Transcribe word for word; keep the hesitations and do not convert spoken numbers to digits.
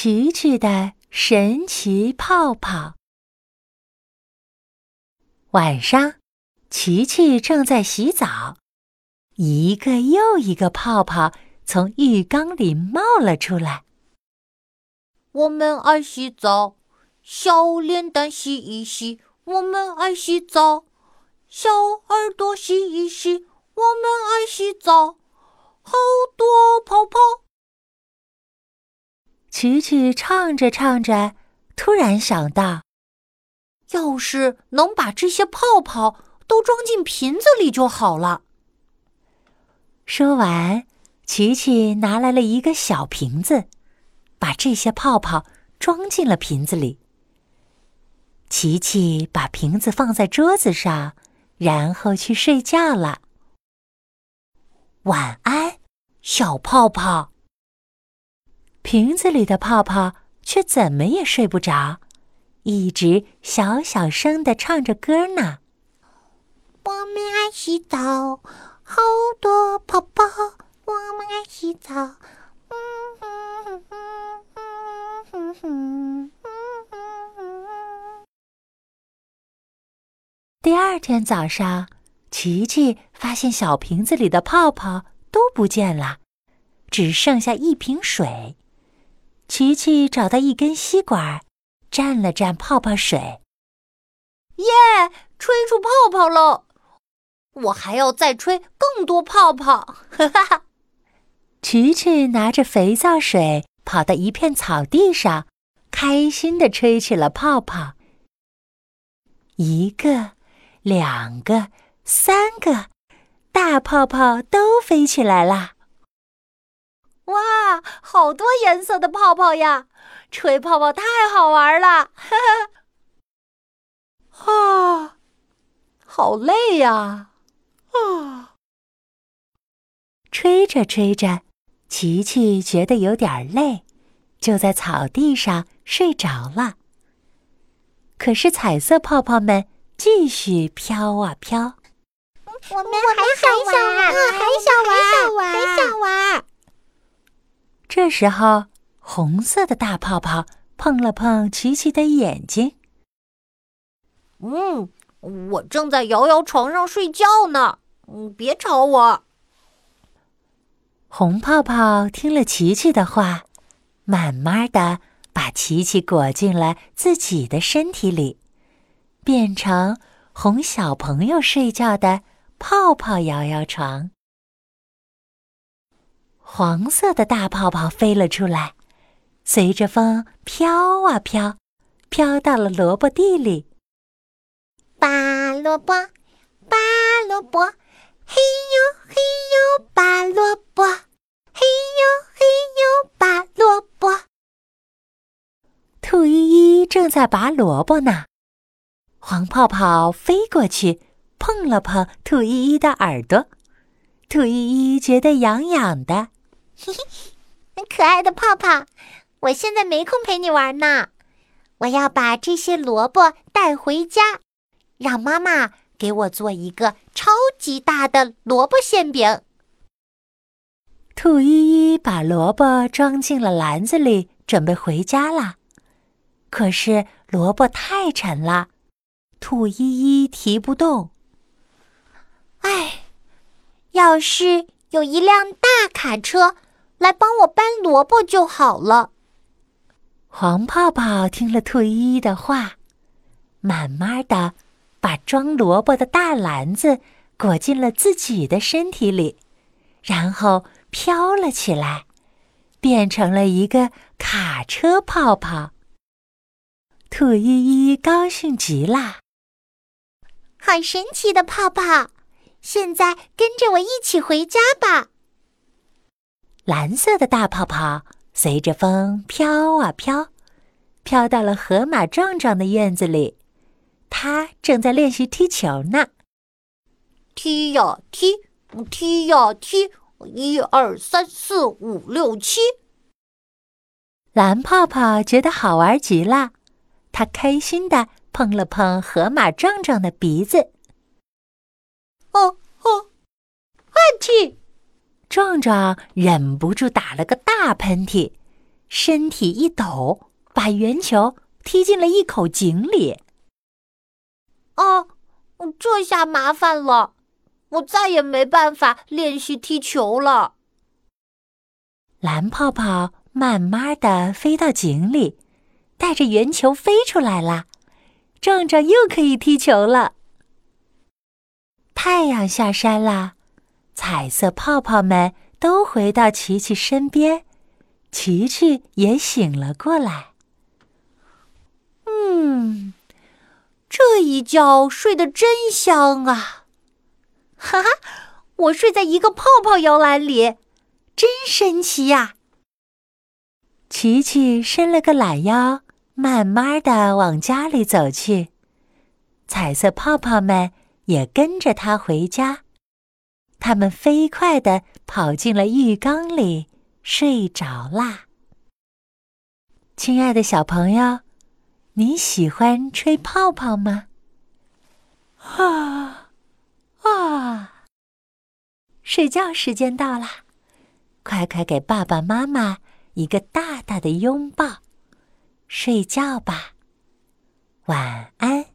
奇奇的神奇泡泡。晚上，奇奇正在洗澡，一个又一个泡泡从浴缸里冒了出来。 我们爱洗澡，小脸蛋洗一洗，我们爱洗澡，小耳朵洗一洗，我们爱洗澡，好多泡泡。 奇奇唱着唱着，突然想到， 要是能把这些泡泡都装进瓶子里就好了。 说完，奇奇拿来了一个小瓶子，把这些泡泡装进了瓶子里。奇奇把瓶子放在桌子上，然后去睡觉了。晚安，小泡泡。瓶子里的泡泡却怎么也睡不着，一直小小声地唱着歌呢。 我们爱洗澡，好多泡泡，我们爱洗澡。嗯哼哼哼哼哼哼。 第二天早上，奇奇发现小瓶子里的泡泡都不见了，只剩下一瓶水。奇奇找到一根吸管，蘸了蘸泡泡水。 耶，吹出泡泡了！我还要再吹更多泡泡，哈哈哈！ 奇奇拿着肥皂水跑到一片草地上，开心地吹起了泡泡。一个，两个，三个，大泡泡都飞起来了。 哇，好多颜色的泡泡呀！吹泡泡太好玩了，哈哈！啊，好累呀！啊， 吹着吹着，奇奇觉得有点累，就在草地上睡着了。可是彩色泡泡们继续飘啊飘。 我们还想玩，还想玩，还想玩。 这时候，红色的大泡泡碰了碰奇奇的眼睛。 嗯，我正在摇摇床上睡觉呢，嗯，别吵我。 红泡泡听了奇奇的话，慢慢地把奇奇裹进了自己的身体里，变成哄小朋友睡觉的泡泡摇摇床。黄色的大泡泡飞了出来，随着风飘啊飘，飘到了萝卜地里。 拔萝卜，拔萝卜，嘿呦嘿呦拔萝卜，嘿呦嘿呦拔萝卜。 兔依依正在拔萝卜呢，黄泡泡飞过去，碰了碰兔依依的耳朵，兔依依觉得痒痒的。 嘿嘿，可爱的泡泡，我现在没空陪你玩呢，我要把这些萝卜带回家，让妈妈给我做一个超级大的萝卜馅饼。 兔依依把萝卜装进了篮子里，准备回家了。可是萝卜太沉了，兔依依提不动。 唉，要是有一辆大卡车来帮我搬萝卜就好了。 黄泡泡听了兔依依的话，慢慢地把装萝卜的大篮子裹进了自己的身体里，然后飘了起来，变成了一个卡车泡泡。兔依依高兴极了， 好神奇的泡泡！现在跟着我一起回家吧。 蓝色的大泡泡随着风飘啊飘，飘到了河马壮壮的院子里，他正在练习踢球呢。 踢呀踢，踢呀踢，一二三四五六七。 蓝泡泡觉得好玩极了，他开心地碰了碰河马壮壮的鼻子。 哦哦，啊嚏！ 壮壮忍不住打了个大喷嚏， 身体一抖，把圆球踢进了一口井里。 啊，这下麻烦了，我再也没办法练习踢球了。 蓝泡泡慢慢地飞到井里，带着圆球飞出来了，壮壮又可以踢球了。太阳下山了，彩色泡泡们都回到琪琪身边，琪琪也醒了过来。 嗯，这一觉睡得真香啊！哈哈，我睡在一个泡泡摇篮里，真神奇呀！ 琪琪伸了个懒腰，慢慢地往家里走去。彩色泡泡们也跟着他回家，他们飞快地跑进了浴缸里，睡着啦。亲爱的小朋友，你喜欢吹泡泡吗？啊啊！睡觉时间到啦，快快给爸爸妈妈一个大大的拥抱，睡觉吧，晚安。